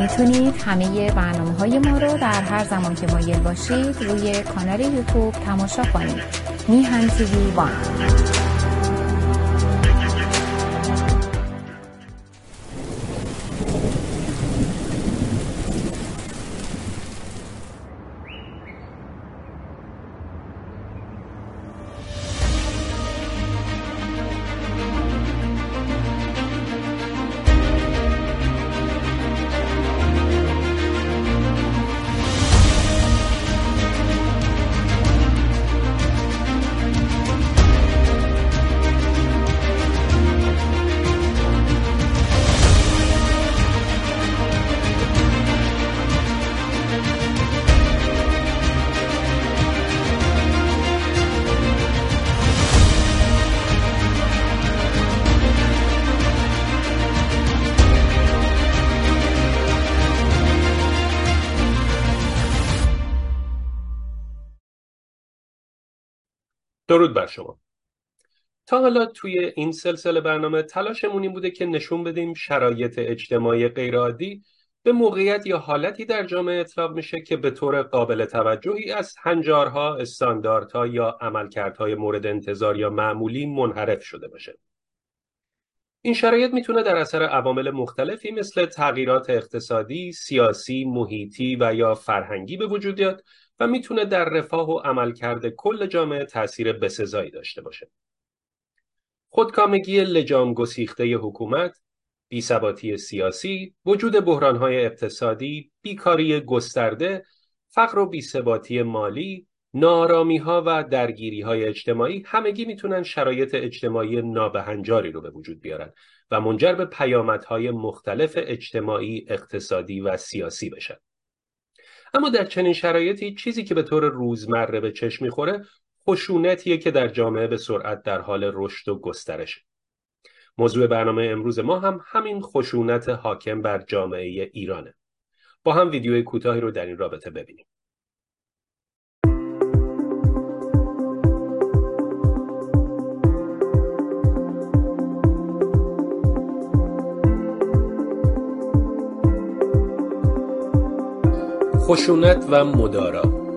میتونید همه برنامه‌های ما رو در هر زمان که مایل باشید روی کانال یوتیوب تماشا کنید. میهن تیوی وان. درود بر شما. تا حالا توی این سلسله برنامه تلاشمون این بوده که نشون بدیم شرایط اجتماعی غیرعادی به موقعیت یا حالتی در جامعه اطلاق میشه که به طور قابل توجهی از هنجارها، استانداردها یا عملکردهای مورد انتظار یا معمولی منحرف شده باشه. این شرایط میتونه در اثر عوامل مختلفی مثل تغییرات اقتصادی، سیاسی، محیطی و یا فرهنگی به وجود بیاد و میتونه در رفاه و عملکرد کل جامعه تأثیر بسزایی داشته باشه. خودکامگی لجام گسیخته حکومت، بی‌ثباتی سیاسی، وجود بحران‌های اقتصادی، بیکاری گسترده، فقر و بی‌ثباتی مالی، ناآرامی‌ها و درگیری‌های اجتماعی همگی میتونن شرایط اجتماعی نابهنجاری رو به وجود بیارن و منجر به پیامدهای مختلف اجتماعی، اقتصادی و سیاسی بشن. اما در چنین شرایطی چیزی که به طور روزمره به چشم میخوره خشونتیه که در جامعه به سرعت در حال رشد و گسترشه. موضوع برنامه امروز ما هم همین خشونت حاکم بر جامعه ایرانه. با هم ویدیوی کوتاهی رو در این رابطه ببینیم. خشونت و مدارا.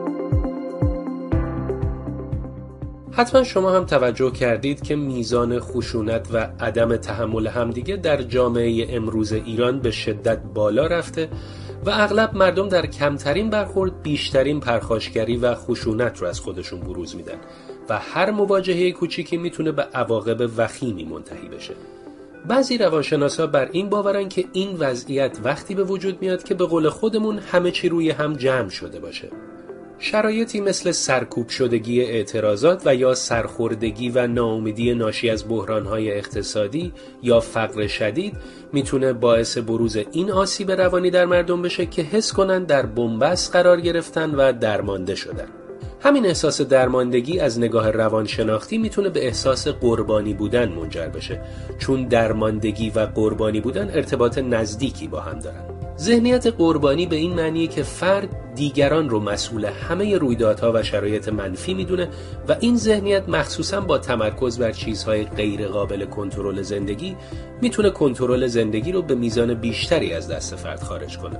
حتما شما هم توجه کردید که میزان خشونت و عدم تحمل همدیگه در جامعه امروز ایران به شدت بالا رفته و اغلب مردم در کمترین برخورد بیشترین پرخاشگری و خشونت رو از خودشون بروز میدن و هر مواجهه کوچیکی میتونه به عواقب وخیمی منتهی بشه. بعضی روانشناسا بر این باورن که این وضعیت وقتی به وجود میاد که به قول خودمون همه چی روی هم جمع شده باشه. شرایطی مثل سرکوب شدگی اعتراضات و یا سرخوردگی و ناامیدی ناشی از بحران‌های اقتصادی یا فقر شدید میتونه باعث بروز این آسیب روانی در مردم بشه که حس کنن در بنبست قرار گرفتن و درمانده شدن. همین احساس درماندگی از نگاه روانشناختی میتونه به احساس قربانی بودن منجر بشه، چون درماندگی و قربانی بودن ارتباط نزدیکی با هم دارن. ذهنیت قربانی به این معنیه که فرد دیگران رو مسئول همه رویدادها و شرایط منفی میدونه و این ذهنیت مخصوصاً با تمرکز بر چیزهای غیر قابل کنترل زندگی میتونه کنترل زندگی رو به میزان بیشتری از دست فرد خارج کنه.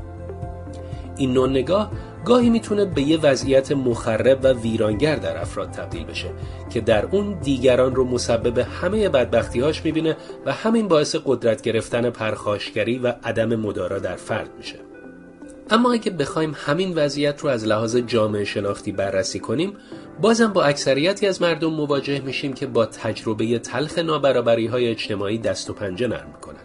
این نوع نگاه گاهی میتونه به یه وضعیت مخرب و ویرانگر در افراد تبدیل بشه که در اون دیگران رو مسبب همه بدبختی‌هاش میبینه و همین باعث قدرت گرفتن پرخاشگری و عدم مدارا در فرد میشه. اما اگه بخوایم همین وضعیت رو از لحاظ جامعه شناختی بررسی کنیم، بازم با اکثریتی از مردم مواجه میشیم که با تجربه تلخ نابرابری‌های اجتماعی دست و پنجه نرم میکنن.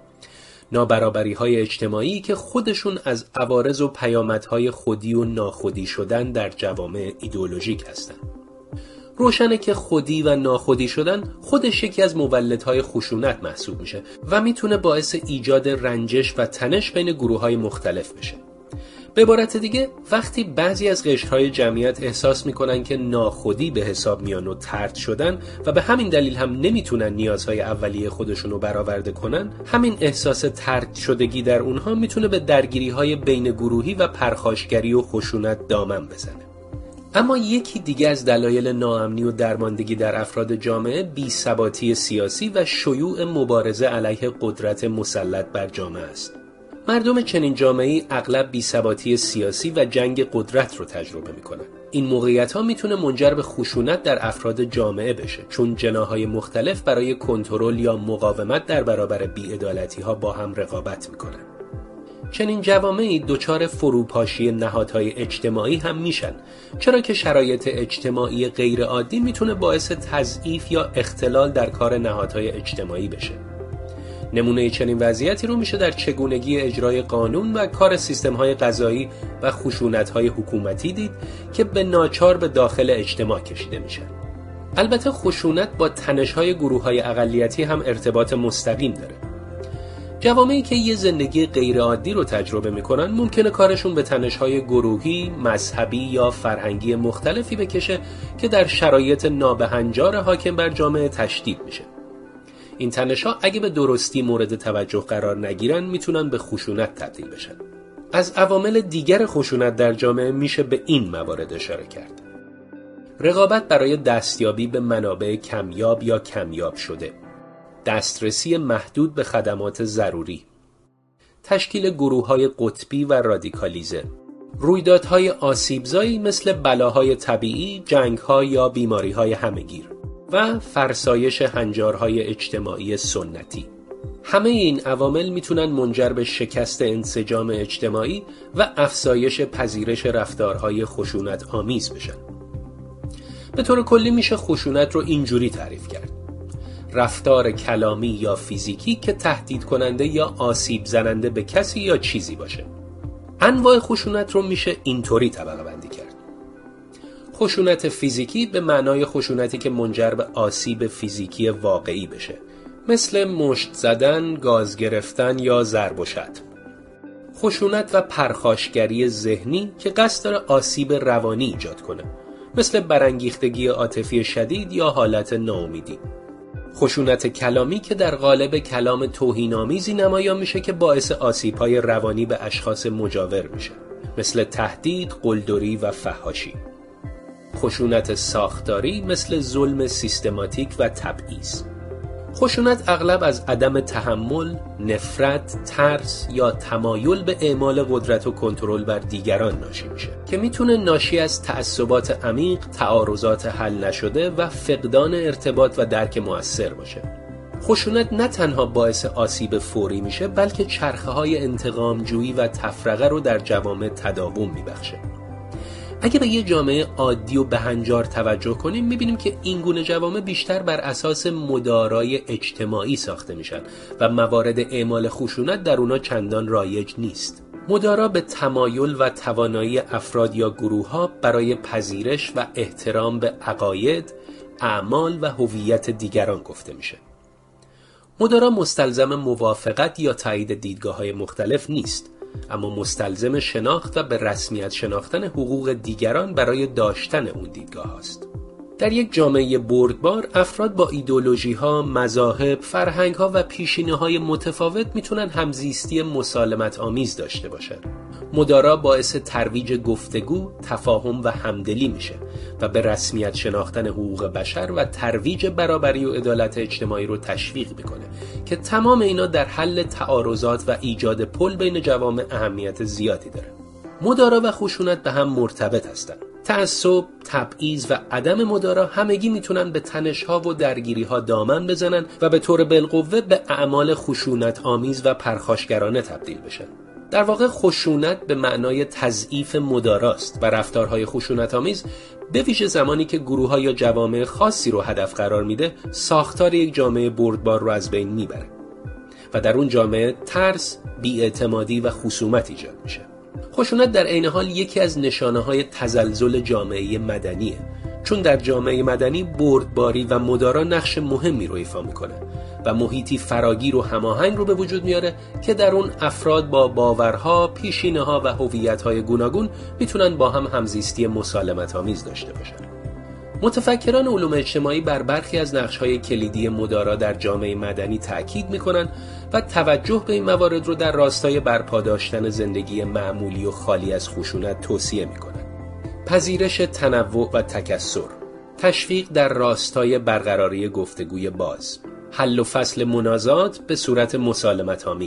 نابرابری‌های اجتماعی که خودشون از عوارض و پیامدهای خودی و ناخودی شدن در جوامع ایدئولوژیک هستند. روشنه که خودی و ناخودی شدن خودش یکی از مولدهای خشونت محسوب میشه و میتونه باعث ایجاد رنجش و تنش بین گروه‌های مختلف بشه. به عبارت دیگه وقتی بعضی از قشرهای جمعیت احساس میکنن که ناخودی به حساب میان و طرد شدن و به همین دلیل هم نمیتونن نیازهای اولیه خودشون رو برآورده کنن، همین احساس طرد شدگی در اونها میتونه به درگیری‌های بین گروهی و پرخاشگری و خشونت دامن بزنه. اما یکی دیگه از دلایل ناامنی و درماندگی در افراد جامعه بی‌ثباتی سیاسی و شیوع مبارزه علیه قدرت مسلط بر جامعه است. مردم چنین جامعه‌ای اغلب بی‌ثباتی سیاسی و جنگ قدرت رو تجربه می‌کنن. این موقعیت‌ها میتونه منجر به خشونت در افراد جامعه بشه، چون جناح‌های مختلف برای کنترل یا مقاومت در برابر بی‌عدالتی‌ها با هم رقابت می‌کنن. چنین جوامعی دچار فروپاشی نهادهای اجتماعی هم میشن، چرا که شرایط اجتماعی غیرعادی میتونه باعث تضعیف یا اختلال در کار نهادهای اجتماعی بشه. نمونه چنین وضعیتی رو میشه در چگونگی اجرای قانون و کار سیستم‌های قضایی و خشونت‌های حکومتی دید که به ناچار به داخل اجتماع کشیده میشن. البته خشونت با تنش‌های گروه‌های اقلیتی هم ارتباط مستقیم داره. جوامعی که یه زندگی غیرعادی رو تجربه میکنن ممکنه کارشون به تنش‌های گروهی، مذهبی یا فرهنگی مختلفی بکشه که در شرایط نابهنجار حاکم بر جامعه تشدید میشه. این تنش‌ها اگه به درستی مورد توجه قرار نگیرن میتونن به خشونت تبدیل بشن. از عوامل دیگر خشونت در جامعه میشه به این موارد اشاره کرد. رقابت برای دستیابی به منابع کمیاب یا کمیاب شده، دسترسی محدود به خدمات ضروری، تشکیل گروه‌های قطبی و رادیکالیزه، رویدادهای آسیبزایی مثل بلاهای طبیعی، جنگ‌ها یا بیماری‌های همه‌گیر و فرسایش هنجارهای اجتماعی سنتی. همه این عوامل میتونن منجر به شکست انسجام اجتماعی و افزایش پذیرش رفتارهای خشونت آمیز بشن. به طور کلی میشه خشونت رو اینجوری تعریف کرد: رفتار کلامی یا فیزیکی که تهدید کننده یا آسیب زننده به کسی یا چیزی باشه. انواع خشونت رو میشه اینطوری طبقه بندی کرد: خشونت فیزیکی به معنای خشونتی که منجر به آسیب فیزیکی واقعی بشه، مثل مشت زدن، گاز گرفتن یا ضرب و شتم. خشونت و پرخاشگری ذهنی که قصد داره آسیب روانی ایجاد کنه، مثل برانگیختگی عاطفی شدید یا حالت ناامیدی. خشونت کلامی که در قالب کلام توهین‌آمیزی نمایان میشه که باعث آسیب‌های روانی به اشخاص مجاور میشه، مثل تهدید، قلدری و فحاشی. خشونت ساختاری مثل ظلم سیستماتیک و تبعیض. خشونت اغلب از عدم تحمل، نفرت، ترس یا تمایل به اعمال قدرت و کنترل بر دیگران ناشی میشه که میتونه ناشی از تعصبات عمیق، تعارضات حل نشده و فقدان ارتباط و درک مؤثر باشه. خشونت نه تنها باعث آسیب فوری میشه، بلکه چرخه‌های انتقام‌جویی و تفرقه رو در جوامع تداوم میبخشه. اگه به یه جامعه عادی و بهنجار توجه کنیم میبینیم که این گونه جوامع بیشتر بر اساس مدارای اجتماعی ساخته میشن و موارد اعمال خشونت در اونا چندان رایج نیست. مدارا به تمایل و توانایی افراد یا گروه‌ها برای پذیرش و احترام به عقاید، اعمال و هویت دیگران گفته میشه. مدارا مستلزم موافقت یا تایید دیدگاه‌های مختلف نیست، اما مستلزم شناخت و به رسمیت شناختن حقوق دیگران برای داشتن اون دیدگاه است. در یک جامعه بردبار افراد با ایدئولوژی‌ها، مذاهب، فرهنگ‌ها و پیشینه‌های متفاوت میتونن همزیستی مسالمت آمیز داشته باشن. مدارا باعث ترویج گفتگو، تفاهم و همدلی میشه و به رسمیت شناختن حقوق بشر و ترویج برابری و عدالت اجتماعی رو تشویق میکنه که تمام اینا در حل تعارضات و ایجاد پل بین جوامع اهمیت زیادی داره. مدارا و خشونت به هم مرتبط هستن. تعصب، تبعیض و عدم مدارا همگی میتونن به تنش‌ها و درگیری‌ها دامن بزنن و به طور بالقوه به اعمال خشونت آمیز و پرخاشگرانه تبدیل بشن. در واقع خشونت به معنای تضعیف مداراست و رفتارهای خشونت آمیز به ویژه زمانی که گروه‌ها یا جوامع خاصی رو هدف قرار میده، ساختار یک جامعه بردبار رو از بین میبره و در اون جامعه ترس، بی‌اعتمادی و خصومت ایجاد میشه. خشونت در عین حال یکی از نشانه‌های تزلزل جامعه مدنیه، چون در جامعه مدنی بردباری و مدارا نقش مهمی رو ایفا میکنه و محیطی فراگیر و هماهنگ رو به وجود میاره که در اون افراد با باورها، پیشینه‌ها و هویت‌های گوناگون میتونن با هم همزیستی مسالمت‌آمیز داشته باشن. متفکران علوم اجتماعی بر برخی از نقش‌های کلیدی مدارا در جامعه مدنی تأکید می‌کنند و توجه به این موارد رو در راستای برپا داشتن زندگی معمولی و خالی از خشونت توصیه می‌کنند. پذیرش تنوع و تکثر، تشویق در راستای برقراری گفتگوی باز، حل و فصل منازعات به صورت مسالمت‌آمیز،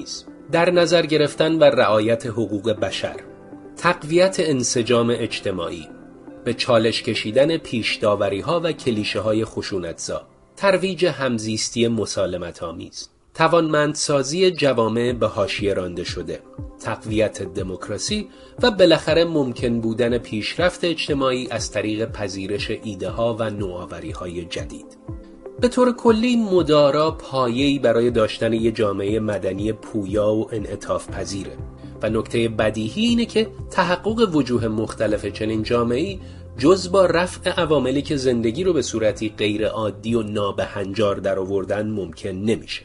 در نظر گرفتن و رعایت حقوق بشر، تقویت انسجام اجتماعی، به چالش کشیدن پیش‌داوری‌ها و کلیشه‌های خشونت‌زا، ترویج همزیستی مسالمت‌آمیز، توانمندسازی جوامع به حاشیه رانده شده، تقویت دموکراسی و بالاخره ممکن بودن پیشرفت اجتماعی از طریق پذیرش ایده‌ها و نوآوری‌های جدید. به طور کلی مدارا پایه‌ای برای داشتن یک جامعه مدنی پویا و انعطاف پذیره و نکته بدیهی اینه که تحقق وجوه مختلف چنین جامعه‌ای جز با رفع عواملی که زندگی رو به صورتی غیر عادی و نابهنجار در آوردن ممکن نمیشه.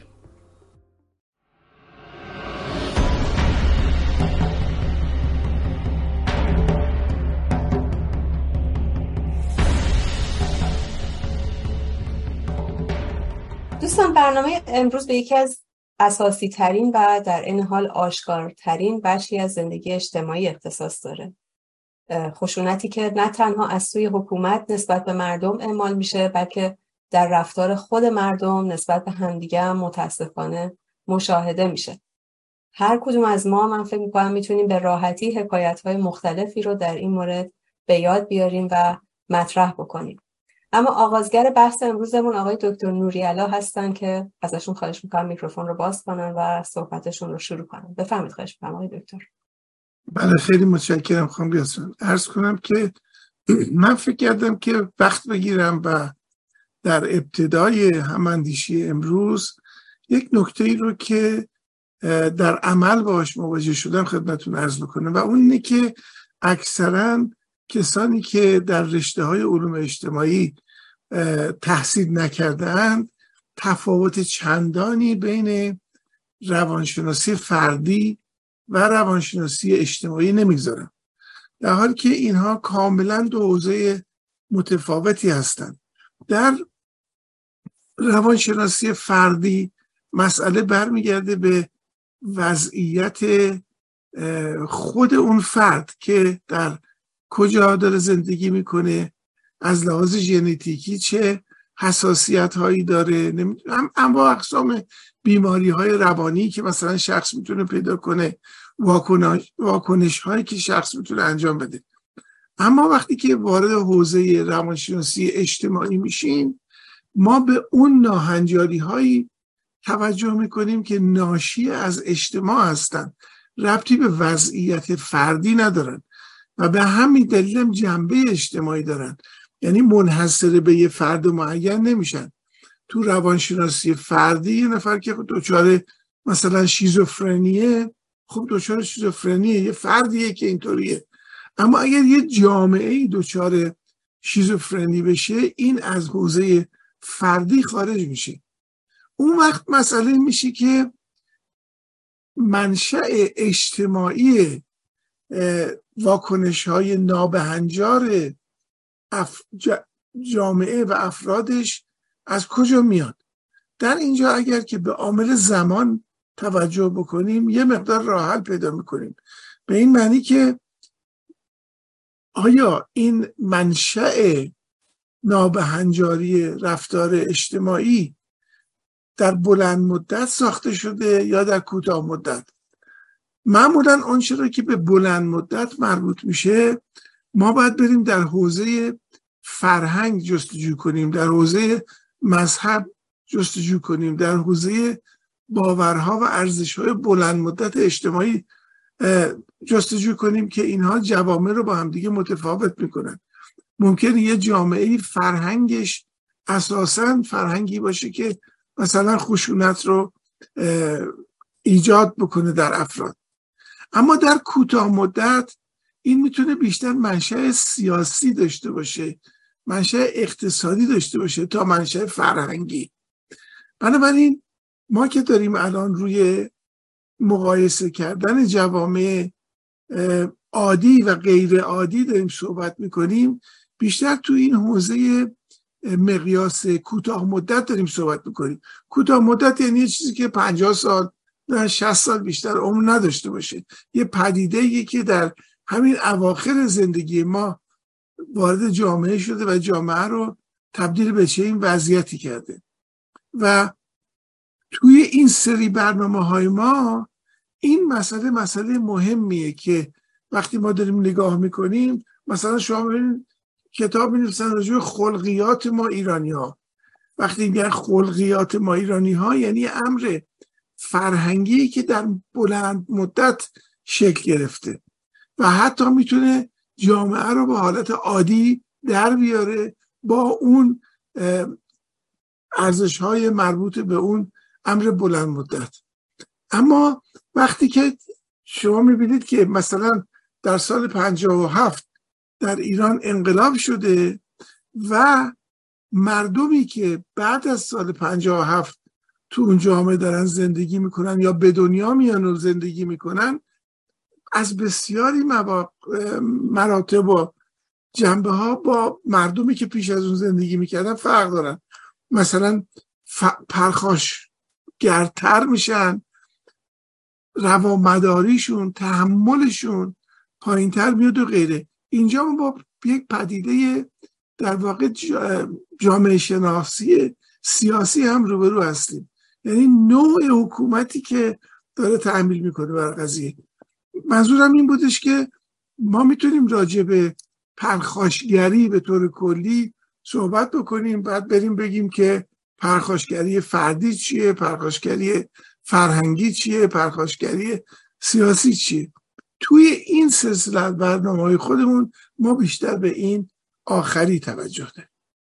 دوستان، برنامه امروز به یکی از اساسی ترین و در این حال آشکارترین بخشی از زندگی اجتماعی اختصاص داره. خشونتی که نه تنها از سوی حکومت نسبت به مردم اعمال میشه، بلکه در رفتار خود مردم نسبت به همدیگه هم متاسفانه مشاهده میشه. هر کدوم از ما، من فکر میکنم، میتونیم به راحتی حکایت‌های مختلفی رو در این مورد به یاد بیاریم و مطرح بکنیم. اما آغازگر بحث امروزمون آقای دکتر نوری‌علا هستن که ازشون خواهش میکنم میکروفون رو باز کنن و صحبتشون رو شروع کنن. بفرمایید. خواهش میکنم آقای دکتر. بله، خیلی متشکرم خانم بیاسن. عرض کنم که من فکر کردم که وقت بگیرم و در ابتدای هماندیشی امروز یک نکته‌ای رو که در عمل باهاش مواجه شدم خدمتتون عرض بکنم و اون اینه که اکثرا کسانی که در رشته‌های علوم اجتماعی تحصیل نکرده‌اند تفاوت چندانی بین روانشناسی فردی و روانشناسی اجتماعی نمیگذارن، در حالی که اینها کاملا دو حوزه متفاوتی هستند. در روانشناسی فردی مسئله برمیگرده به وضعیت خود اون فرد که در کجا داره زندگی میکنه، از لحاظ ژنتیکی چه حساسیت هایی داره، اما اقسام بیماری های روانی که مثلا شخص میتونه پیدا کنه، واکنش هایی که شخص میتونه انجام بده. اما وقتی که وارد حوزه روانشناسی اجتماعی میشیم، ما به اون ناهنجاری هایی توجه میکنیم که ناشی از اجتماع هستند، ربطی به وضعیت فردی ندارن و به همین دلیل هم جنبه اجتماعی دارن، یعنی منحصر به یه فرد معین نمیشن. تو روانشناسی فردی یه نفر که دچار مثلا شیزوفرنیه، خب دچار شیزوفرنیه، یه فردیه که اینطوریه. اما اگر یه جامعه‌ای دچار شیزوفرنی بشه، این از حوزه فردی خارج میشه. اون وقت مسئله میشه که منشأ اجتماعی واکنش‌های نابهنجار جامعه و افرادش از کجا میاد. در اینجا اگر که به عامل زمان توجه بکنیم یه مقدار راه حل پیدا میکنیم، به این معنی که آیا این منشأ نابهنجاری رفتار اجتماعی در بلند مدت ساخته شده یا در کوتاه مدت؟ معمولا اون چیزی که به بلند مدت مربوط میشه ما باید بریم در حوزه فرهنگ جستجو کنیم، در حوزه مذهب جستجو کنیم، در حوزه باورها و ارزش‌های بلند مدت اجتماعی جستجو کنیم که اینها جوامع رو با هم دیگه متفاوت میکنن. ممکنه یه جامعه فرهنگش اساساً فرهنگی باشه که مثلا خشونت رو ایجاد بکنه در افراد، اما در کوتاه مدت این میتونه بیشتر منشأ سیاسی داشته باشه، منشأ اقتصادی داشته باشه تا منشأ فرهنگی. بنابراین ما که داریم الان روی مقایسه کردن جوامع عادی و غیر عادی داریم صحبت میکنیم، بیشتر تو این حوزه مقیاس کوتاه مدت داریم صحبت میکنیم. کوتاه مدت یعنی یه چیزی که 50 سال نه 60 سال بیشتر عمر نداشته باشه، یه پدیده‌ای که در همین اواخر زندگی ما وارد جامعه شده و جامعه رو تبدیل به چه این وضعیتی کرده. و توی این سری برنامه‌های ما این مسئله مهمیه که وقتی ما داریم نگاه میکنیم، مثلا شما ببینید کتاب می‌نویسن راجع به خلقیات ما ایرانی‌ها. وقتی میگن خلقیات ما ایرانی‌ها یعنی امر فرهنگی که در بلند مدت شکل گرفته و حتی میتونه جامعه رو به حالت عادی در بیاره با اون ارزش‌های مربوط به اون امر بلند مدت. اما وقتی که شما میبینید که مثلا در سال 57 در ایران انقلاب شده و مردمی که بعد از سال 57 تو اون جامعه دارن زندگی میکنن یا به دنیا میان و زندگی میکنن، از بسیاری مراتب و جنبه ها با مردمی که پیش از اون زندگی میکردن فرق دارن. مثلا پرخاشگرتر میشن، روامداریشون، تحملشون پایینتر میاد و غیره. اینجا ما با یک پدیده در واقع جامعه شناسی سیاسی هم روبرو هستیم، یعنی نوع حکومتی که داره تحمیل میکنه بر قضیه. منظورم این بودش که ما میتونیم راجع به پرخاشگری به طور کلی صحبت بکنیم، بعد بریم بگیم که پرخاشگری فردی چیه، پرخاشگری فرهنگی چیه، پرخاشگری سیاسی چیه. توی این سلسله برنامه‌های خودمون ما بیشتر به این آخری توجه داریم.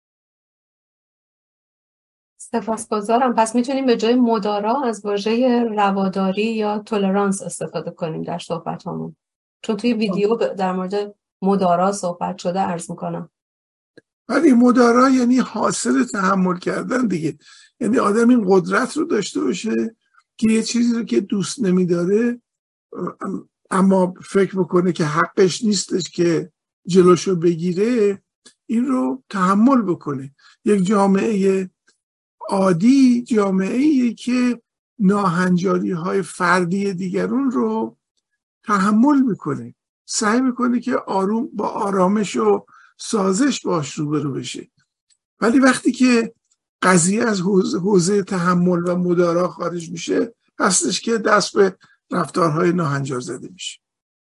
سپاسگزارم. پس میتونیم به جای مدارا از واژه رواداری یا تولرانس استفاده کنیم در صحبتامون، چون توی ویدیو در مورد مدارا صحبت شده. عرض میکنم ولی مدارا یعنی حاصل تحمل کردن دیگه، یعنی آدم این قدرت رو داشته باشه که یه چیزی رو که دوست نمیداره اما فکر بکنه که حقش نیستش که جلوشو بگیره، این رو تحمل بکنه. یک جامعه عادی جامعه‌ایه که ناهنجاری های فردی دیگرون رو تحمل میکنه، سعی میکنه که با آرامش و سازش باش روبرو بشه. ولی وقتی که قضیه از حوزه تحمل و مدارا خارج میشه، هستش که دست به رفتارهای ناهنجار زده میشه.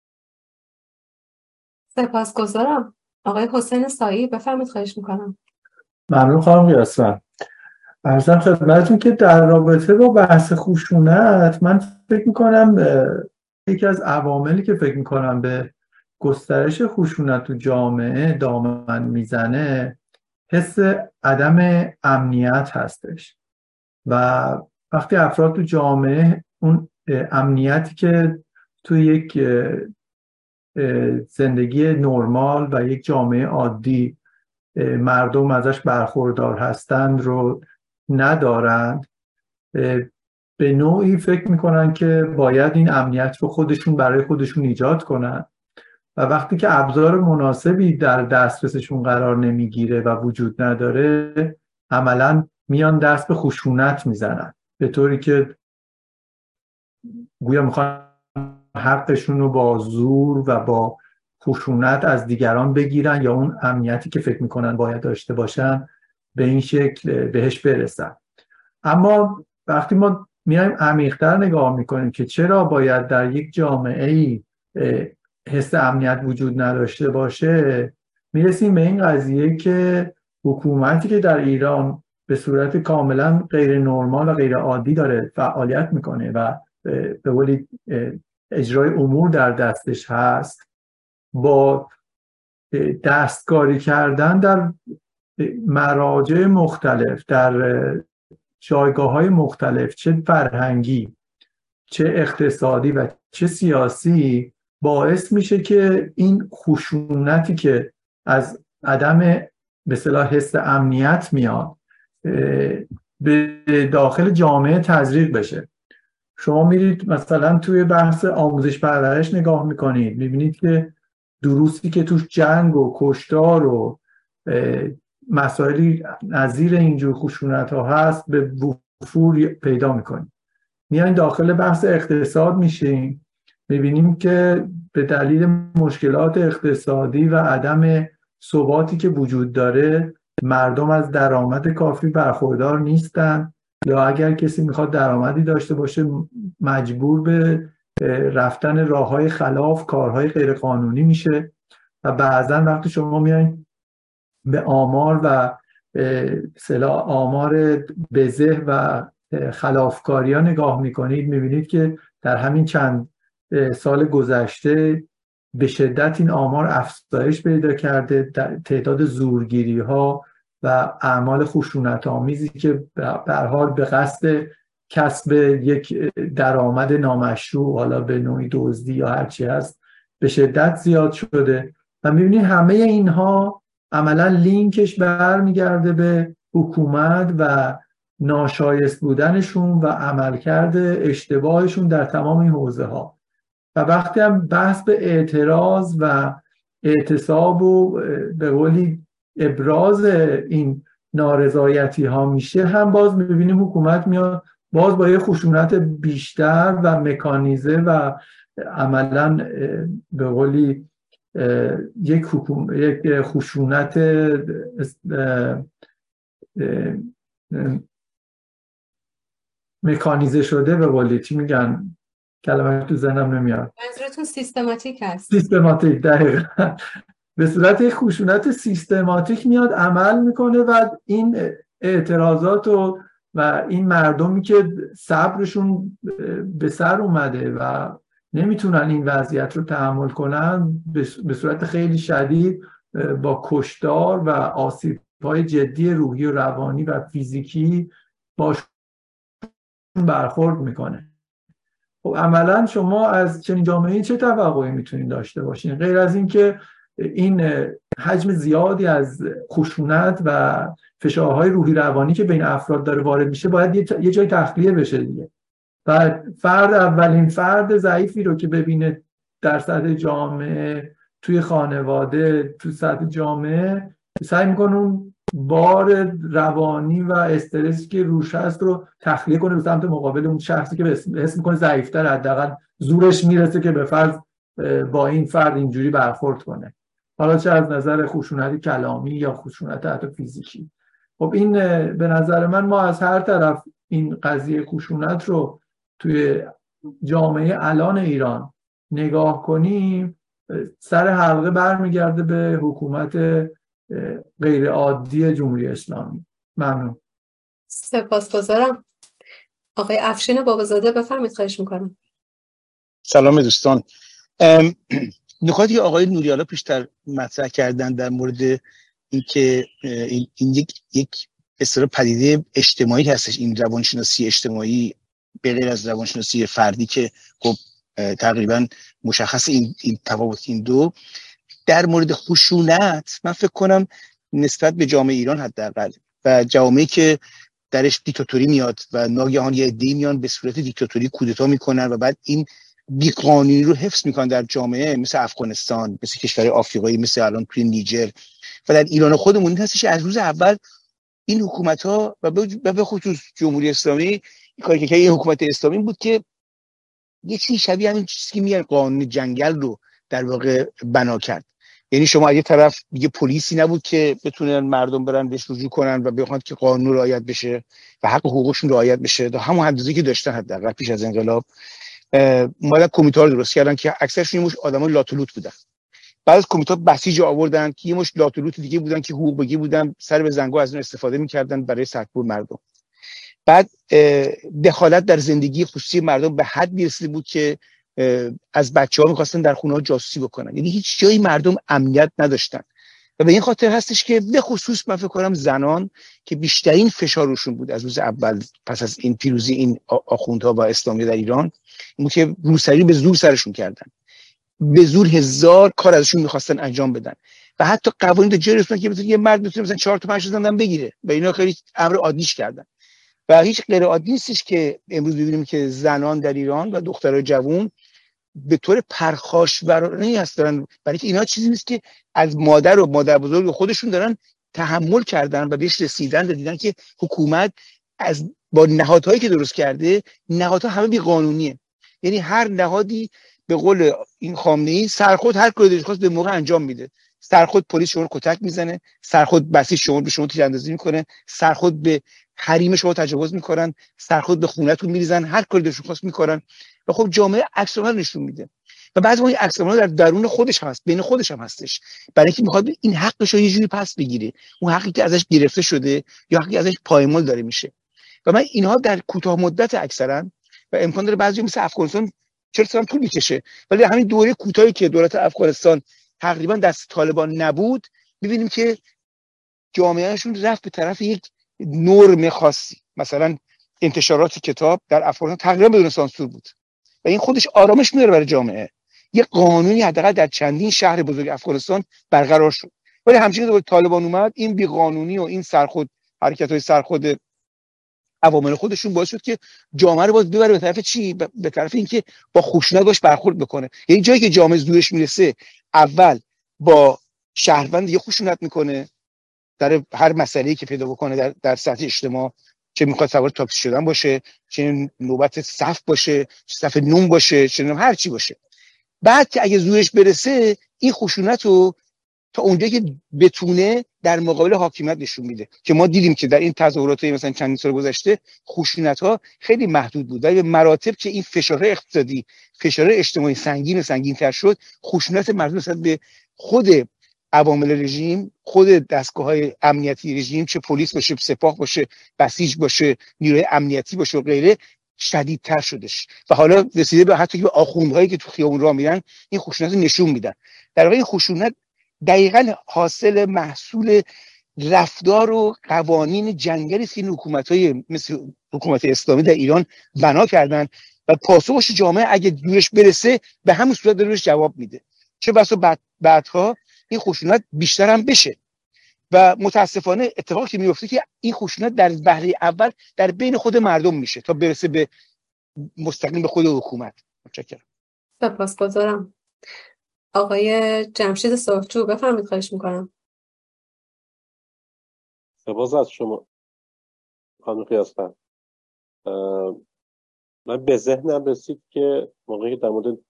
سپاسگزارم. آقای حسین سایی بفرمایید، خواهش میکنم. ممنون خانم قیاسفند. عرضم خدمتتون که در رابطه با بحث خشونت، من فکر میکنم یکی از عواملی که فکر میکنم به گسترش خشونت تو جامعه دامن میزنه حس عدم امنیت هستش. و وقتی افراد تو جامعه اون امنیتی که تو یک زندگی نرمال و یک جامعه عادی مردم ازش برخوردار هستند رو ندارند، به نوعی فکر میکنن که باید این امنیت رو خودشون برای خودشون ایجاد کنن و وقتی که ابزار مناسبی در دسترسشون قرار نمیگیره و وجود نداره، عملاً میان دست به خشونت میزنن، به طوری که گویا میخوان حقشون رو با زور و با خشونت از دیگران بگیرن یا اون امنیتی که فکر میکنن باید داشته باشن به این شکل بهش برسن. اما وقتی ما میایم عمیق‌تر نگاه میکنیم که چرا باید در یک جامعه‌ای حس امنیت وجود نداشته باشه، میرسیم به این قضیه که حکومتی که در ایران به صورت کاملا غیر نرمال و غیر عادی داره فعالیت میکنه و به قولی اجرای امور در دستش هست، با دستکاری کردن در مراجع مختلف، در جایگاه‌های مختلف، چه فرهنگی، چه اقتصادی و چه سیاسی، باعث میشه که این خشونتی که از عدم به اصطلاح حس امنیت میاد به داخل جامعه تزریق بشه. شما میرید مثلا توی بحث آموزش پرورش نگاه میکنید، میبینید که دروسی که توش جنگ و کشتار و مسائلی نظیر اینجور خشونت ها هست به وفور پیدا میکنیم. میایم داخل بحث اقتصاد میشیم، میبینیم که به دلیل مشکلات اقتصادی و عدم ثباتی که وجود داره مردم از درآمد کافی برخوردار نیستن، یا اگر کسی میخواد درآمدی داشته باشه مجبور به رفتن راههای خلاف، کارهای غیر قانونی میشه. و بعضا وقتی شما میایین به آمار و آمار بزه و خلافکاری ها نگاه میکنید، میبینید که در همین چند سال گذشته به شدت این آمار افزایش پیدا کرده. تعداد زورگیری ها و اعمال خشونت آمیزی که به هر حال به قصد کسب یک درآمد نامشروع، حالا به نوعی دزدی یا هر چی هست، به شدت زیاد شده. و میبینید همه اینها عملا لینکش برمیگرده به حکومت و ناشایست بودنشون و عملکرد اشتباهشون در تمام این حوزه ها. و وقتی هم بحث به اعتراض و اعتصاب و به قولی ابراز این نارضایتی ها میشه، هم باز میبینیم حکومت میاد باز با یه خشونت بیشتر و مکانیزه و عملا به قولی یک خشونت مکانیزه شده، به قولی چی میگن، کلمه تو ذهنم نمیاد. منظورتون سیستماتیک هست؟ سیستماتیک، دقیقاً. به صورت یک خشونت سیستماتیک میاد عمل میکنه و این اعتراضات و این مردمی که صبرشون به سر اومده و نمیتونن این وضعیت رو تحمل کنن، به صورت خیلی شدید با کشتار و آسیب‌های جدی روحی و روانی و فیزیکی باشون برخورد میکنه. خب عملا شما از چنین جامعه‌ای چه توقعی میتونید داشته باشین غیر از این که این حجم زیادی از خشونت و فشارهای روحی روانی که بین افراد داره وارد میشه باید یه جای تخلیه بشه دیگه. و اولین فرد ضعیفی رو که ببینه در سطح جامعه، توی خانواده، توی سطح جامعه، سعی میکنه اون بار روانی و استرسی که روش هست رو تخلیه کنه به سمت مقابل اون شخصی که حس میکنه ضعیفتر، حداقل زورش میرسه که به فرض با این فرد اینجوری برخورد کنه، حالا چه از نظر خشونت کلامی یا خشونت حتی فیزیکی. خب این به نظر من ما از هر طرف این قضیه خشونت رو توی جامعه الان ایران نگاه کنیم، سر حلقه برمیگرده به حکومت غیر عادی جمهوری اسلامی. ممنون. سپاسگزارم. آقای افشین بابازاده بفرمایید، خواهش میکنم. سلام دوستان. نکاتی که آقای نوری‌آلا پیشتر مطرح کردن در مورد اینکه این یک اصطلاح پدیده اجتماعی هستش، این روانشناسی اجتماعی به غیر از روانشناسی فردی که خب تقریبا مشخص این تفاوت این دو. در مورد خشونت من فکر کنم نسبت به جامعه ایران حداقل و جامعه‌ای که درش دیکتاتوری میاد و ناگهان یه عده‌ای میان به صورت دیکتاتوری کودتا میکنن و بعد این بی‌قانونی رو حفظ میکنن در جامعه، مثل افغانستان، مثل کشور آفریقایی، مثل الان توی نیجر و در ایران خودمون، این هستش از روز اول این حکومت‌ها و به خصوص جمهوری اسلامی کاری که این حکومت اسلامی بود که یه چیزی شبیه همین چیزی که میگن قانون جنگل رو در واقع بنا کرد. یعنی شما از یه طرف دیگه پلیسی نبود که بتونن مردم برن بهش رجوع کنن و بخوان که قانون رعایت بشه و حق حقوقشون رعایت بشه، تا همون حدی که داشتن حداقل پیش از انقلاب. اومدن کمیته رو درست کردن که اکثرشون یه مش آدمای لاتولوت بودن. بعد از کمیته بسیج آوردن که یه مش لاتولوت دیگه بودن که حقوق بگی بودن، سر به زنگو از اون استفاده می‌کردن برای سرکوب مردم. بعد دخالت در زندگی خصوصی مردم به حدی رسیده بود که از بچه‌ها می‌خواستن در خونه‌ها جاسوسی بکنن. یعنی هیچ جایی مردم امنیت نداشتن و به این خاطر هستش که به خصوص من فکر کنم زنان که بیشترین فشار روشون بود از روز اول پس از این پیروزی این آخوندها و اسلامی در ایران، این که روسری به زور سرشون کردن، به زور هزار کار ازشون می‌خواستن انجام بدن و حتی قوانین جاری رسوندن که یه مرد بتونه مثلا 4 تا 5 تا زندان بگیره و اینا خیلی امر عادیش کردن. و هیچ غیر عادی نیستش که امروز ببینیم که زنان در ایران و دخترای جوان به طور پرخاشورانه‌ای هستن، برای که اینا چیزی نیست که از مادر و مادر بزرگ خودشون دارن تحمل کردن و بهش رسیدن و دیدن که حکومت از با نهادهایی که درست کرده، نهادها همه بی‌قانونیه. یعنی هر نهادی به قول این خامنه‌ای سرخود هر کاری دلش خواست به موقع انجام میده. سرخود پلیس شما رو کتک میزنه، سرخود بسیج شما به شما تیراندازی میکنه، سرخود به حریم شما تجاوز میکنن، سرخود به خونتون میریزن، هر کاری دلشون خواست میکنن و خب جامعه عکس العمل نشون میده و بعضی وقتا این عکس العمل در درون خودش هم هست، بین خودش هم هستش، برای اینکه میخواد این حقش رو یه جوری پس بگیره، اون حقی که ازش گرفته شده یا حقی ازش پایمال داره میشه. و من اینها در کوتاه مدت اکثرا و امکان داره بعضی مثل افغانستان 40 سال طول میکشه، ولی همین دوره کوتاهی که دولت افغانستان تقریبا دست طالبان نبود، میبینیم که جامعهشون رفت به طرف یک نرم خاصی. مثلا انتشارات کتاب در افغانستان تقریبا بدون سانسور بود و این خودش آرامش میاره برای جامعه. یک قانونی حداقل در چندین شهر بزرگ افغانستان برقرار شد، ولی همچنین که طالبان اومد، این بی‌قانونی و این سرخود حرکت‌های سرخود عوامل خودشون باعث شد که جامعه رو باز ببره به طرف چی؟ به طرف اینکه با خشونت باش برخورد بکنه. یعنی جایی که جامعه زورش میرسه، اول با شهروند یه خشونت میکنه در هر مسئله‌ای که پیدا بکنه در سطح اجتماع، چه میخواد سوار تاکسی شدن باشه، چه نوبت صف باشه، چه صف نون باشه، چه هر چی باشه. بعد که اگه زورش برسه، این خشونت رو تا اونجایی که بتونه در مقابل حاکمیت نشون میده، که ما دیدیم که در این تظاهرات مثلا چند سال گذشته خشونت‌ها خیلی محدود بود، ولی به مراتب که این فشارهای اقتصادی، فشارهای اجتماعی سنگین‌تر شد، خشونت مردم نسبت به خود عوامل رژیم، خود دستگاه‌های امنیتی رژیم، چه پلیس باشه، سپاه باشه، بسیج باشه، نیروی امنیتی باشه و غیره، شدیدتر شدش و حالا رسیده به حتی که به آخوندهایی که تو خیابون راه میرن این خشونت رو نشون میدن. در واقع این خشونت دقیقاً حاصل محصول رفتار و قوانین جنگلی است که این حکومت‌های مثل حکومت اسلامی در ایران بنا کردن و پاسخش جامعه اگه دورش برسه به همون صورت دروش جواب میده، چه بسا بعدها این خشونت بیشتر هم بشه. و متاسفانه اتفاقی که میفته که این خشونت در وهله اول در بین خود مردم میشه تا برسه به مستقیم به خود حکومت. متشکرم. سپاسگزارم. آقای جمشید صافجو بفرمایید، خواهش میکنم. سپاس از شما خانم قیاسفر. من به ذهنم رسید که موقعی در مورد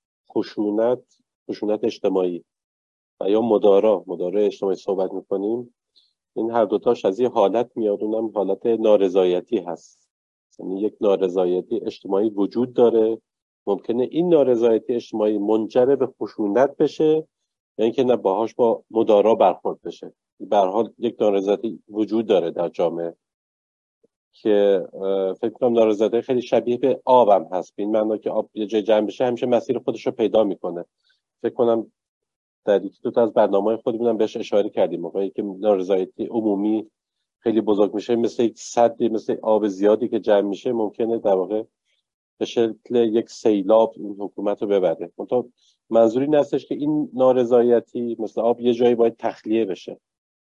خشونت اجتماعی و یا مدارا اجتماعی صحبت میکنیم، این هر دوتاش از یه حالت میاد، اونم حالت نارضایتی هست. یعنی یک نارضایتی اجتماعی وجود داره، ممکنه این نارضایتی اجتماعی منجر به خشونت بشه یا اینکه نه باهاش با مدارا برخورد بشه. به هر حال یک نارضایتی وجود داره در جامعه که فکر کنم نارضایتی خیلی شبیه به آبم هست، به این معنی که آب یه جای جمع بشه همیشه مسیر خودش رو پیدا میکنه. فکر کنم در یکی دو تا از برنامه‌های خودمون بهش اشاره کردیم، موقعی که نارضایتی عمومی خیلی بزرگ میشه، مثل یک سدی، مثل آب زیادی که جمع میشه، ممکنه در واقع به شکل یک سیلاب این حکومت رو ببره. منظوری نیستش که این نارضایتی مثل آب یه جایی باید تخلیه بشه.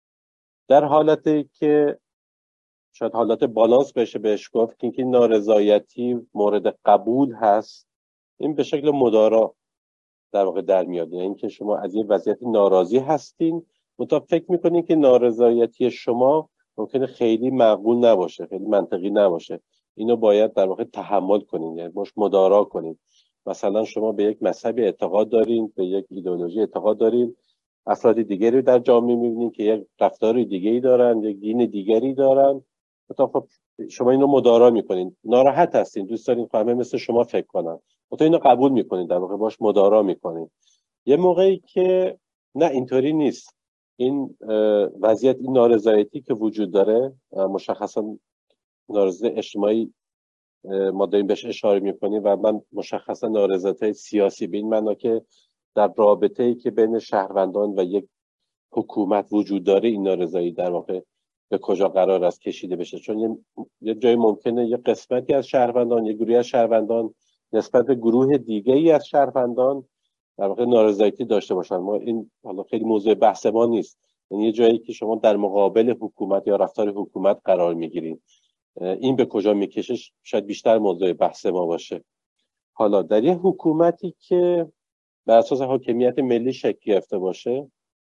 در حالتی که شاید حالت بالانس بشه بهش گفت که این نارضایتی مورد قبول هست، این به شکل مدارا در واقع در میاد. یعنی اینکه شما از یه وضعیتی ناراضی هستین، منتها فکر میکنین که نارضایتی شما ممکنه خیلی معقول نباشه، خیلی منطقی نباشه، اینو باید در واقع تحمل کنین، یعنی باش مدارا کنین. مثلا شما به یک مذهبی اعتقاد دارین، به یک ایدئولوژی اعتقاد دارین، افراد دیگری رو در جامعه میبینین که یک رفتار دیگری دارن، یک دین دیگری دارن، خب شما اینو مدارا میکنین، ناراحت هستین، دوست دارین همه مثل شما فکر کنن، تو اینو قبول میکنین، در واقع باش مدارا میکنین. یه موقعی که نه اینطوری نیست، این وضعیت، این نارضایتی که وجود داره، مشخصا نارضایتی اجتماعی ما داریم بهش اشاره میکنیم و من مشخصا نارضایتی سیاسی، به این معنی که در رابطه‌ای که بین شهروندان و یک حکومت وجود داره، این نارضایی در واقع به کجا قرار است کشیده بشه. چون یه جایی ممکنه یه قسمتی از شهروندان، یه گروهی از شهروندان نسبت به گروه دیگه‌ای از شهروندان در واقع نارضایتی داشته باشن. ما این حالا خیلی موضوع بحث ما نیست، یعنی یه جایی که شما در مقابل حکومت یا رفتار حکومت قرار میگیرین، این به کجا میکشه شاید بیشتر موضوع بحث ما باشه. حالا در یه حکومتی که بر اساس حاکمیت ملی شکل گرفته باشه،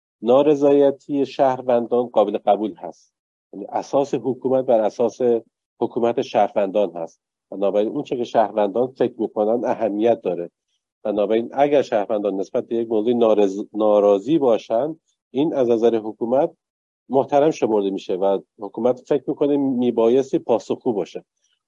نارضایتی شهروندان قابل قبول هست. یعنی اساس حکومت بر اساس حکومت شهروندان هست، بنابراین اون چه که شهروندان فکر میکنن اهمیت داره. بنابراین اگر شهروندان نسبت به یک موضوع ناراضی باشن، این از نظر حکومت محترم شمرده میشه و حکومت فکر میکنه میبایستی پاسخگو باشه.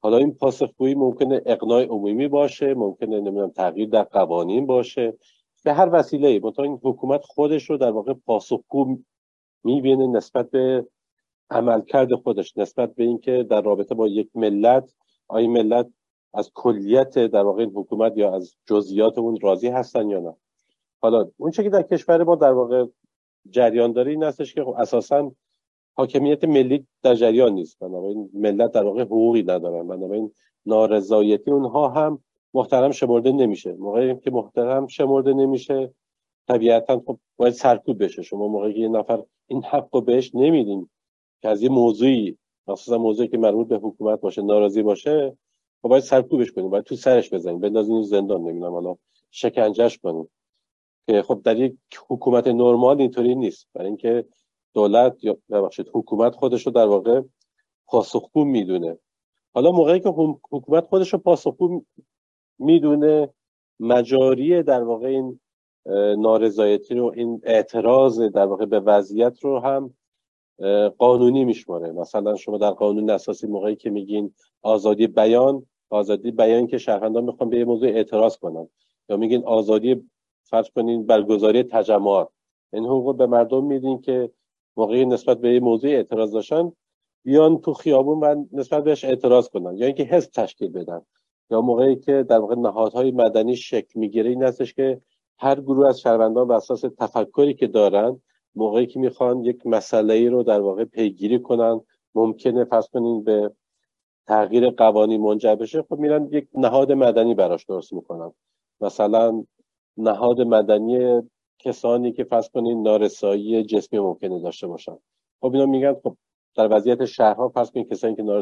حالا این پاسخگویی ممکنه اقناع عمومی باشه، ممکنه نمیدونم تغییر در قوانین باشه، به هر وسیله‌ای. مثلا این حکومت خودش رو در واقع پاسخگو می‌بینه نسبت به عملکرد خودش، نسبت به اینکه در رابطه با یک ملت، آیا ملت از کلیت در واقع این حکومت یا از جزئیات اون راضی هستن یا نه. حالا اون چیزی که در کشور ما در واقع جریان داره این هستش که اساساً حاکمیت ملی در جریان نیست، بنابراین ملت در واقع حقوقی ندارن، بنابراین نارضایتی اونها هم محترم شمرده نمیشه. موقعی که محترم شمرده نمیشه طبیعتاً خب باید سرکوب بشه. شما موقعی که یه نفر این حقو بهش نمیدین که از یه موضوعی، مخصوصا موضوعی که مربوط به حکومت باشه، ناراضی باشه، خب باید سرکوبش کنیم، باید تو سرش بزنیم، بندازین زندان، نمیدونم حالا شکنجهش کنیم، که خب در یک حکومت نرمال اینطوری نیست. برای اینکه دولت یا ببخشید حکومت خودش رو در واقع پاسخگو میدونه. حالا موقعی که حکومت خودش رو پاسخگو میدونه، مجاری در واقع این نارضایتی رو، این اعتراض در واقع به وضعیت رو هم قانونی میشماره. مثلا شما در قانون اساسی موقعی که میگین آزادی بیان که شهروندان میخوان به یه موضوع اعتراض کنن، یا میگین آزادی فرض کنین برگزاری تجمعات، این حقوق به مردم میدین که موقعی نسبت به یه موضوع اعتراض داشتن بیان تو خیابون و نسبت بهش اعتراض کنن، یا اینکه حزب تشکیل بدن، یا موقعی که در واقع نهادهای مدنی شکل میگیره این هستش که هر گروه از شهروندان بر اساس تفکری که دارن، موقعی که میخوان یک مسئله‌ای رو در واقع پیگیری کنن، ممکنه فرض کنین به تغییر قوانین منجر بشه، خب میرن یک نهاد مدنی براش درست میکنن. مثلا نهاد مدنی کسانی که فرض کنین نارسایی جسمی ممکنه داشته باشن، خب اینا میگن خب در وضعیت شهرها فرض کنین کسانی که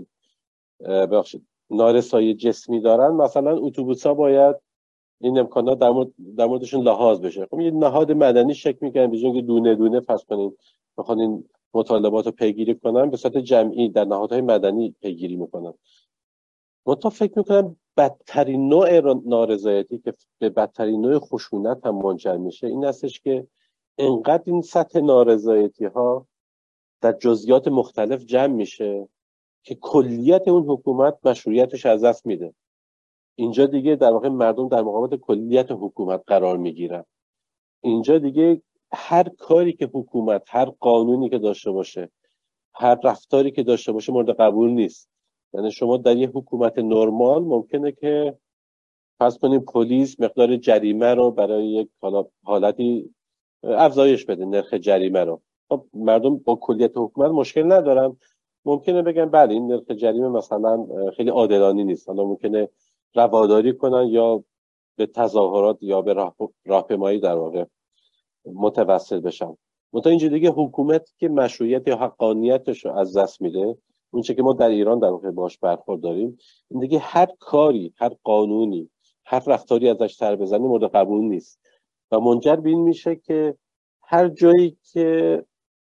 نارسایی جسمی دارن، مثلا اتوبوس‌ها باید این امکانات در موردشون لحاظ بشه. خب یه نهاد مدنی شکل می‌کنن، به جای اینکه دونه دونه فرض کنین بخوان این مطالبات رو پیگیری کنن، به صورت جمعی در نهادهای مدنی پیگیری میکنن. من فکر میکنم بدترین نوع نارضایتی که به بدترین نوع خشونت هم منجر میشه این هستش که انقدر این سطح نارضایتی ها در جزئیات مختلف جمع میشه که کلیت اون حکومت مشروعیتش از دست میده. اینجا دیگه در واقع مردم در مقابل کلیت حکومت قرار میگیرن. اینجا دیگه هر کاری که حکومت، هر قانونی که داشته باشه، هر رفتاری که داشته باشه مورد قبول نیست. یعنی شما در یه حکومت نرمال ممکنه که فرض کنیم پلیس مقدار جریمه رو برای یک حالتی افزایش بده، نرخ جریمه رو. خب مردم با کلیت حکومت مشکل ندارن، ممکنه بگن بله این نرخ جریمه مثلا خیلی عادلانه نیست، حالا ممکنه رواداری کنن یا به تظاهرات یا به راهپیمایی در واقع متوسل بشن. منتها اینجا دیگه حکومت که مشروعیت یا حقانیتش رو از دست میده، اون چه که ما در ایران در واقع باش برخورد داریم، این دیگه هر کاری، هر قانونی، هر رفتاری ازش سر بزنی مورد قبول نیست و منجر به این میشه که هر جایی که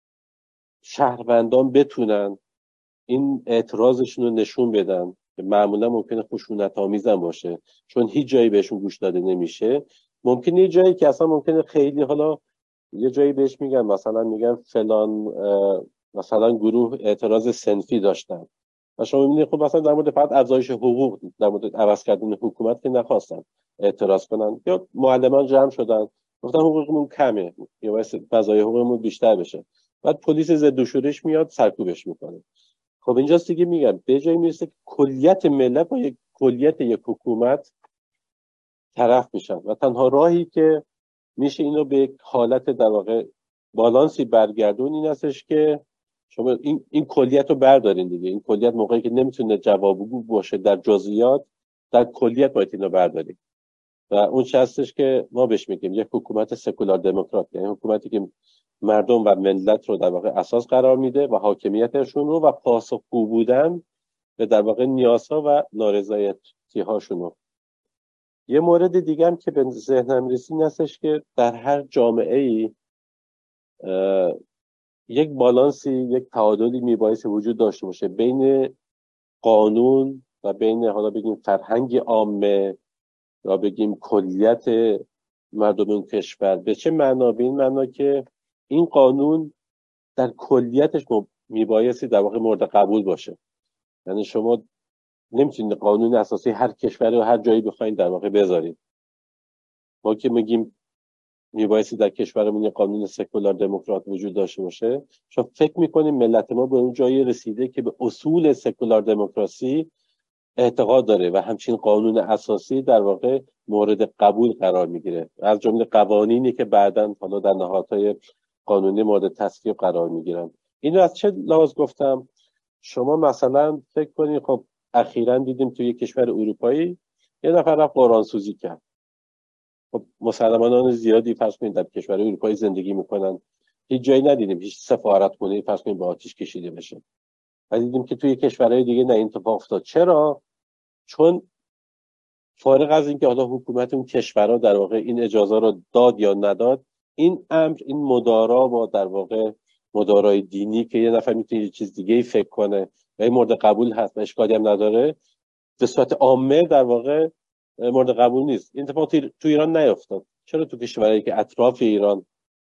شهروندان بتونن این اعتراضشون رو نشون بدن که معمولا ممکنه خشونت آمیز هم باشه چون هیچ جایی بهشون گوش داده نمیشه، ممکنه یه جایی که اصلا ممکنه خیلی حالا یه جایی بهش میگن مثلا میگن فلان مثلا گروه اعتراض صنفی داشتن و شما میبینید خب مثلا در مورد فقط افزایش حقوق، در مورد عوض کردن حکومت که نخواستن اعتراض کنن، یا معلمان جمع شدن گفتن حقوقمون کمه یا باید فضای حقوقمون بیشتر بشه، بعد پلیس ضد و شورش میاد سرکوبش میکنه. خب اینجاست دیگه میگم به جایی میرسه که کلیت ملت با کلیت یک حکومت طرف میشن و تنها راهی که میشه اینو به حالت در واقع بالانسی برگردون این هستش که شما این کلیت رو بردارین دیگه. این کلیت موقعی که نمیتونه جوابگو باشه در جزئیات، در کلیت باید اینو برداریم و اون چه هستش که ما بهش میگیم یک حکومت سکولار دموکرات، یعنی حکومتی که مردم و ملت رو در واقع اساس قرار میده و حاکمیتشون رو و پاسخگو بودن به در واقع نیازها و نارضایتی هاشون رو. یه مورد دیگه هم که به ذهنم رسید این هستش که در هر جامعه‌ای یک بالانسی، یک تعادلی میبایستی وجود داشته باشه بین قانون و بین حالا بگیم فرهنگ عامه یا بگیم کلیت مردم اون کشور. به چه معنا؟ به این معنا که این قانون در کلیتش میبایستی در واقع مورد قبول باشه. یعنی شما نمیتونید قانون اساسی هر کشوری و هر جایی بخواید در واقع بذارید. ما که میگیم میبایستی در کشورمون یه قانون سکولار دموکرات وجود داشته باشه، چون فکر میکنیم ملت ما به اون جایی رسیده که به اصول سکولار دموکراسی اعتقاد داره و همچین قانون اساسی در واقع مورد قبول قرار میگیره، از جمله قوانینی که بعداً حالا در نهادهای قانونی مورد تصویب قرار میگیرن. اینو از چه لحاظ گفتم؟ شما مثلا فکر کنید خب اخیراً دیدیم توی یک کشور اروپایی یه نفر رفت قرآن سوزی کرد. خب مسلمانان زیادی فرض کنید در کشور اروپایی زندگی میکنن، هیچ جایی ندیدیم هیچ سفارتخونه‌ای فرض کنید به آتش کشیده بشه. و دیدیم که توی کشورهای دیگه نه این اتفاق افتاد. چرا؟ چون فارغ از اینکه حالا حکومت اون کشورها در واقع این اجازه رو داد یا نداد، این امر، این مدارا با در واقع مدارای دینی که یه نفر میتونه یه چیز دیگه ای فکر کنه و این مورد قبول هست و اشکالی هم نداره، به صورت عامه در واقع مورد قبول نیست. این اتفاق تو ایران نیفتاد. چرا تو کشورهایی که اطراف ایران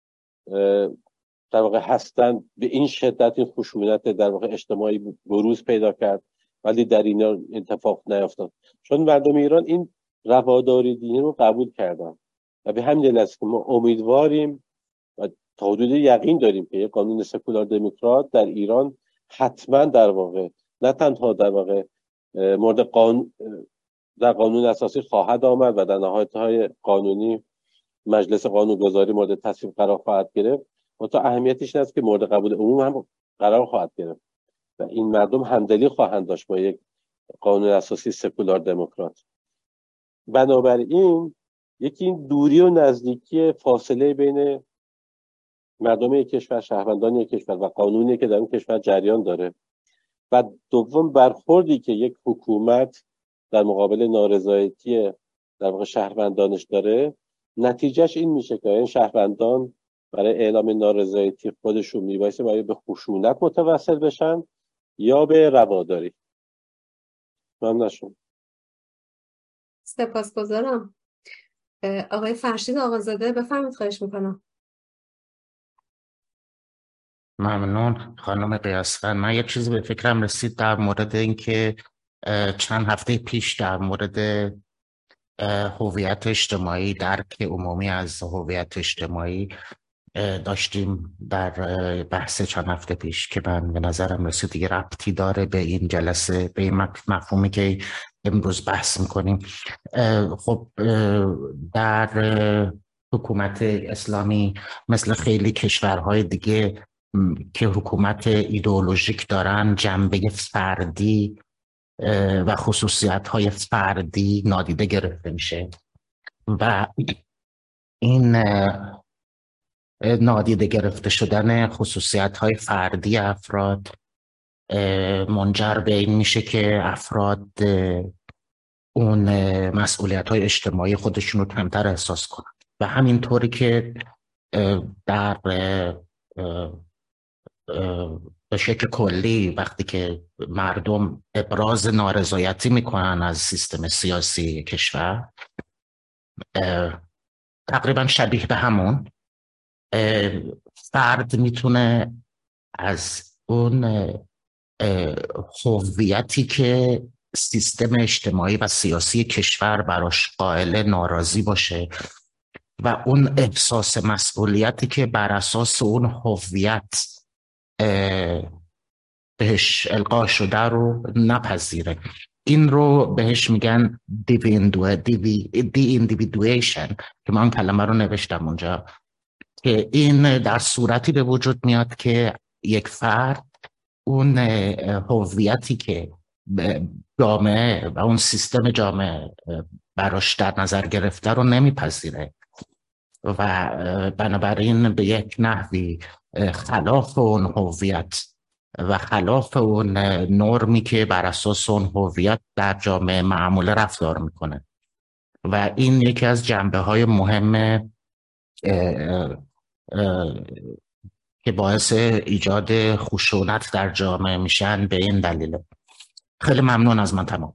در واقع هستن به این شدت این خشونت در واقع اجتماعی بروز پیدا کرد ولی در اینا اتفاق نیفتاد؟ چون مردم ایران این رواداری دینی رو قبول کردن و به همین دلیل است که ما امیدواریم و تا حدود یقین داریم که یک قانون سکولار دموکرات در ایران حتما در واقع نه تنها در واقع مورد در قانون اساسی خواهد آمد و در نهادهای قانونی مجلس قانونگذاری مورد تصویب قرار خواهد گرفت، منتها اهمیتش این است که مورد قبول عموم هم قرار خواهد گرفت و این مردم همدلی خواهند داشت با یک قانون اساسی سکولار دموکرات. بنابراین یکی این دوری و نزدیکی فاصله بین مردم یک کشور، شهروندان یک کشور و قانونی که در اون کشور جریان داره، و دوم برخوردی که یک حکومت در مقابل نارضایتی در واقع شهروندانش داره، نتیجهش این میشه که این شهروندان برای اعلام نارضایتی خودشون میبایسته باید به خشونت متوسل بشن یا به رواداری. ممنون شما. سپاسگزارم. آقای فرشید آقازاده بفرمایید، خواهش میکنم. ممنون خانم قیاسفر. من یک چیزی به فکرم رسید در مورد اینکه چند هفته پیش در مورد هویت اجتماعی، درک عمومی از هویت اجتماعی داشتیم در بحث چند هفته پیش که من به نظرم رسید دیگه ربطی داره به این جلسه، به این مفهومی که امروز بحث میکنیم. خب در حکومت اسلامی مثل خیلی کشورهای دیگه که حکومت ایدئولوژیک دارن، جنبه فردی و خصوصیت‌های فردی نادیده گرفته میشه و این نادیده گرفته شدن خصوصیت‌های فردی افراد منجر به این میشه که افراد اون مسئولیت‌های اجتماعی خودشون رو کمتر احساس کنند و همینطوری که در به شکل کلی وقتی که مردم ابراز نارضایتی میکنن از سیستم سیاسی کشور، تقریبا شبیه به همون فرد میتونه از اون هویتی که سیستم اجتماعی و سیاسی کشور براش قائل ناراضی باشه و اون احساس مسئولیتی که بر اساس اون هویت بهش القا شده رو نپذیره. این رو بهش میگن دی individuation که من کلمه رو نوشتم اونجا، که این در صورتی به وجود میاد که یک فرد اون هویتی که جامعه و اون سیستم جامعه براش در نظر گرفته رو نمیپذیره و بنابراین به یک نحوی خلاف اون هویت و خلاف اون نرمی که بر اساس اون هویت در جامعه معمول رفتار میکنه و این یکی از جنبه‌های مهم که باعث ایجاد خشونت در جامعه میشن به این دلیل. خیلی ممنون، از من تمام.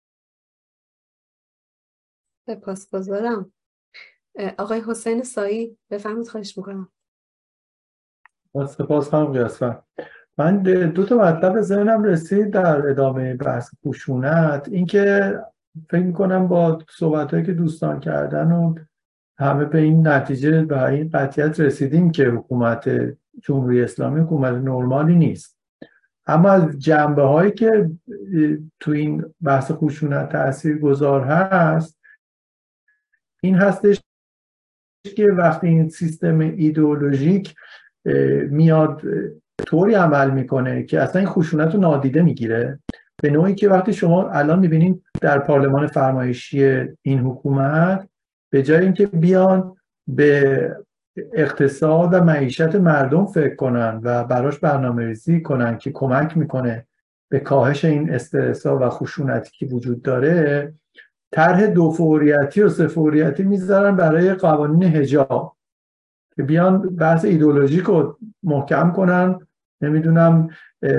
سپاسگزارم. آقای حسین سایی بفرمایید، خواهش میکنم. سپاس خانم قیاسفر. من دو تا مطلب به ذهنم رسید در ادامه بحث خشونت. اینکه فکر میکنم با صحبت‌هایی که دوستان کردن و همه به این نتیجه و این قطعیت رسیدیم که حکومت جمهوری اسلامی حکومت نرمالی نیست. اما از جنبه هایی که تو این بحث خشونت تاثیرگذار هست این هستش که وقتی این سیستم ایدئولوژیک میاد طوری عمل میکنه که اصلا این خشونت رو نادیده میگیره، به نوعی که وقتی شما الان میبینید در پارلمان فرمایشی این حکومت به جای اینکه بیان به اقتصاد و معیشت مردم فکر کنن و براش برنامه‌ریزی کنن که کمک میکنه به کاهش این استرس‌ها و خشونتی که وجود داره، طرح 2 فوریتی و 3 فوریتی میذارن برای قوانین حجاب که بیان بحث ایدئولوژیک رو محکم کنن، نمیدونم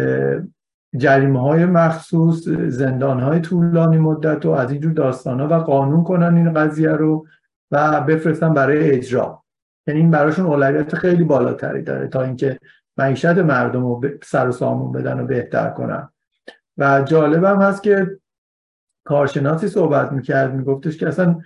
جریمه‌های مخصوص، زندان‌های طولانی مدت و از اینجور داستانا و قانون کنن این قضیه رو و بفرستن برای اجرا. یعنی این براشون اولویت خیلی بالاتری داره تا اینکه معیشت مردم رو سر و سامون بدن و بهتر کنن. و جالبم هست که کارشناسی صحبت میکرد، میگفتش که اصلا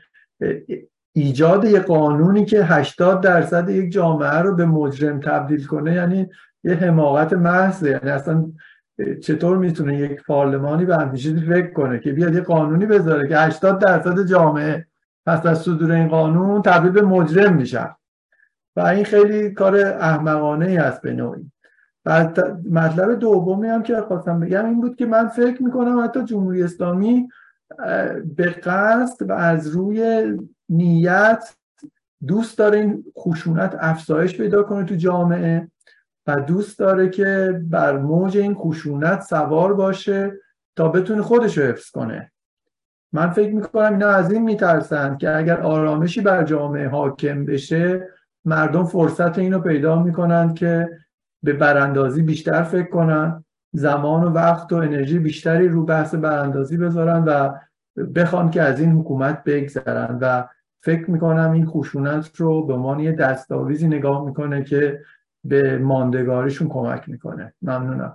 ایجاد یک قانونی که 80% یک جامعه رو به مجرم تبدیل کنه یعنی یه حماقت محض. یعنی اصلا چطور میتونه یک پارلمانی به همین چیزی فکر کنه که بیاد یه قانونی بذاره که 80% جامعه پس از صدور این قانون تبدیل به مجرم میشن و این خیلی کار احمقانه ای است به نوعی. و مطلب دومی هم که خواستم بگم این بود که من فکر میکنم حتی جمهوری اسلامی به قصد و از روی نیت دوست داره این خشونت افزایش پیدا کنه تو جامعه و دوست داره که بر موج این خشونت سوار باشه تا بتونه خودش رو حفظ کنه. من فکر میکنم اینا از این میترسن که اگر آرامشی بر جامعه حاکم بشه مردم فرصت اینو پیدا میکنن که به براندازی بیشتر فکر کنن، زمان و وقت و انرژی بیشتری رو بحث براندازی بذارن و بخوان که از این حکومت بگذرن و فکر میکنم این خشونت رو به عنوان یه دستاویزی نگاه میکنه که به ماندگاریشون کمک میکنه. ممنونم.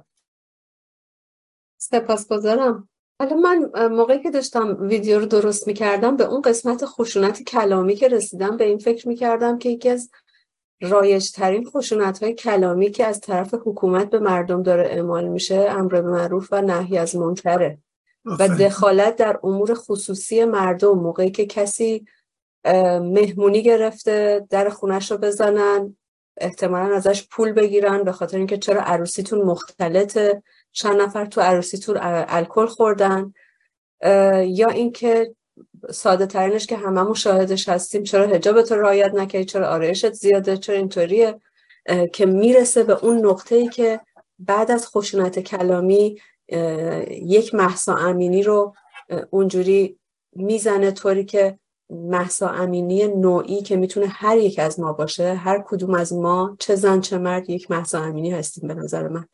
سپاسگزارم. حالا من موقعی که داشتم ویدیو رو درست میکردم به اون قسمت خشونت کلامی که رسیدم به این فکر میکردم که یکی از رایج‌ترین خشونت‌های کلامی که از طرف حکومت به مردم داره اعمال میشه امر به معروف و نهی از منکره و دخالت در امور خصوصی مردم. موقعی که کسی مهمونی گرفته در خونش رو بزنن، احتمالاً ازش پول بگیرن به خاطر اینکه چرا عروسیتون مختلطه، چند نفر تو عروسیتون الکل خوردن، یا اینکه ساده ترینش که هممون شاهدش هستیم چرا حجابت رو رعایت نکردی، چرا آرایشت زیاده، چرا اینطوریه، که میرسه به اون نقطه‌ای که بعد از خشونت کلامی یک مهسا امینی رو اونجوری میزنه طوری که مهسا امینی نوعی که میتونه هر یک از ما باشه، هر کدوم از ما چه زن چه مرد یک مهسا امینی هستیم به نظر من،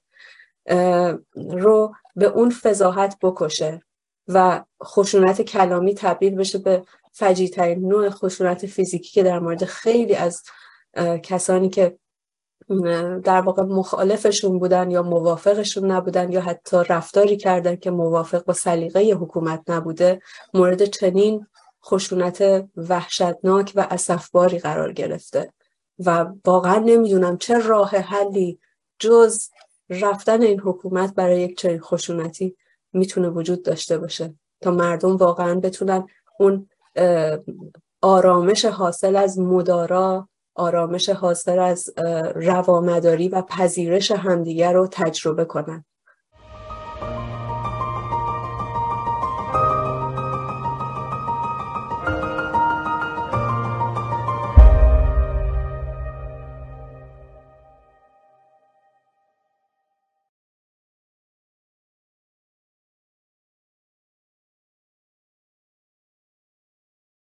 رو به اون فضاحت بکشه و خشونت کلامی تبدیل بشه به فجیع‌ترین نوع خشونت فیزیکی که در مورد خیلی از کسانی که در واقع مخالفشون بودن یا موافقشون نبودن یا حتی رفتاری کردن که موافق با سلیقه حکومت نبوده مورد چنین خشونت وحشتناک و اسفباری قرار گرفته. و واقعا نمیدونم چه راه حلی جز رفتن این حکومت برای یک چنین خشونتی میتونه وجود داشته باشه تا مردم واقعا بتونن اون آرامش حاصل از مدارا، آرامش حاصل از روامداری و پذیرش همدیگر رو تجربه کنن.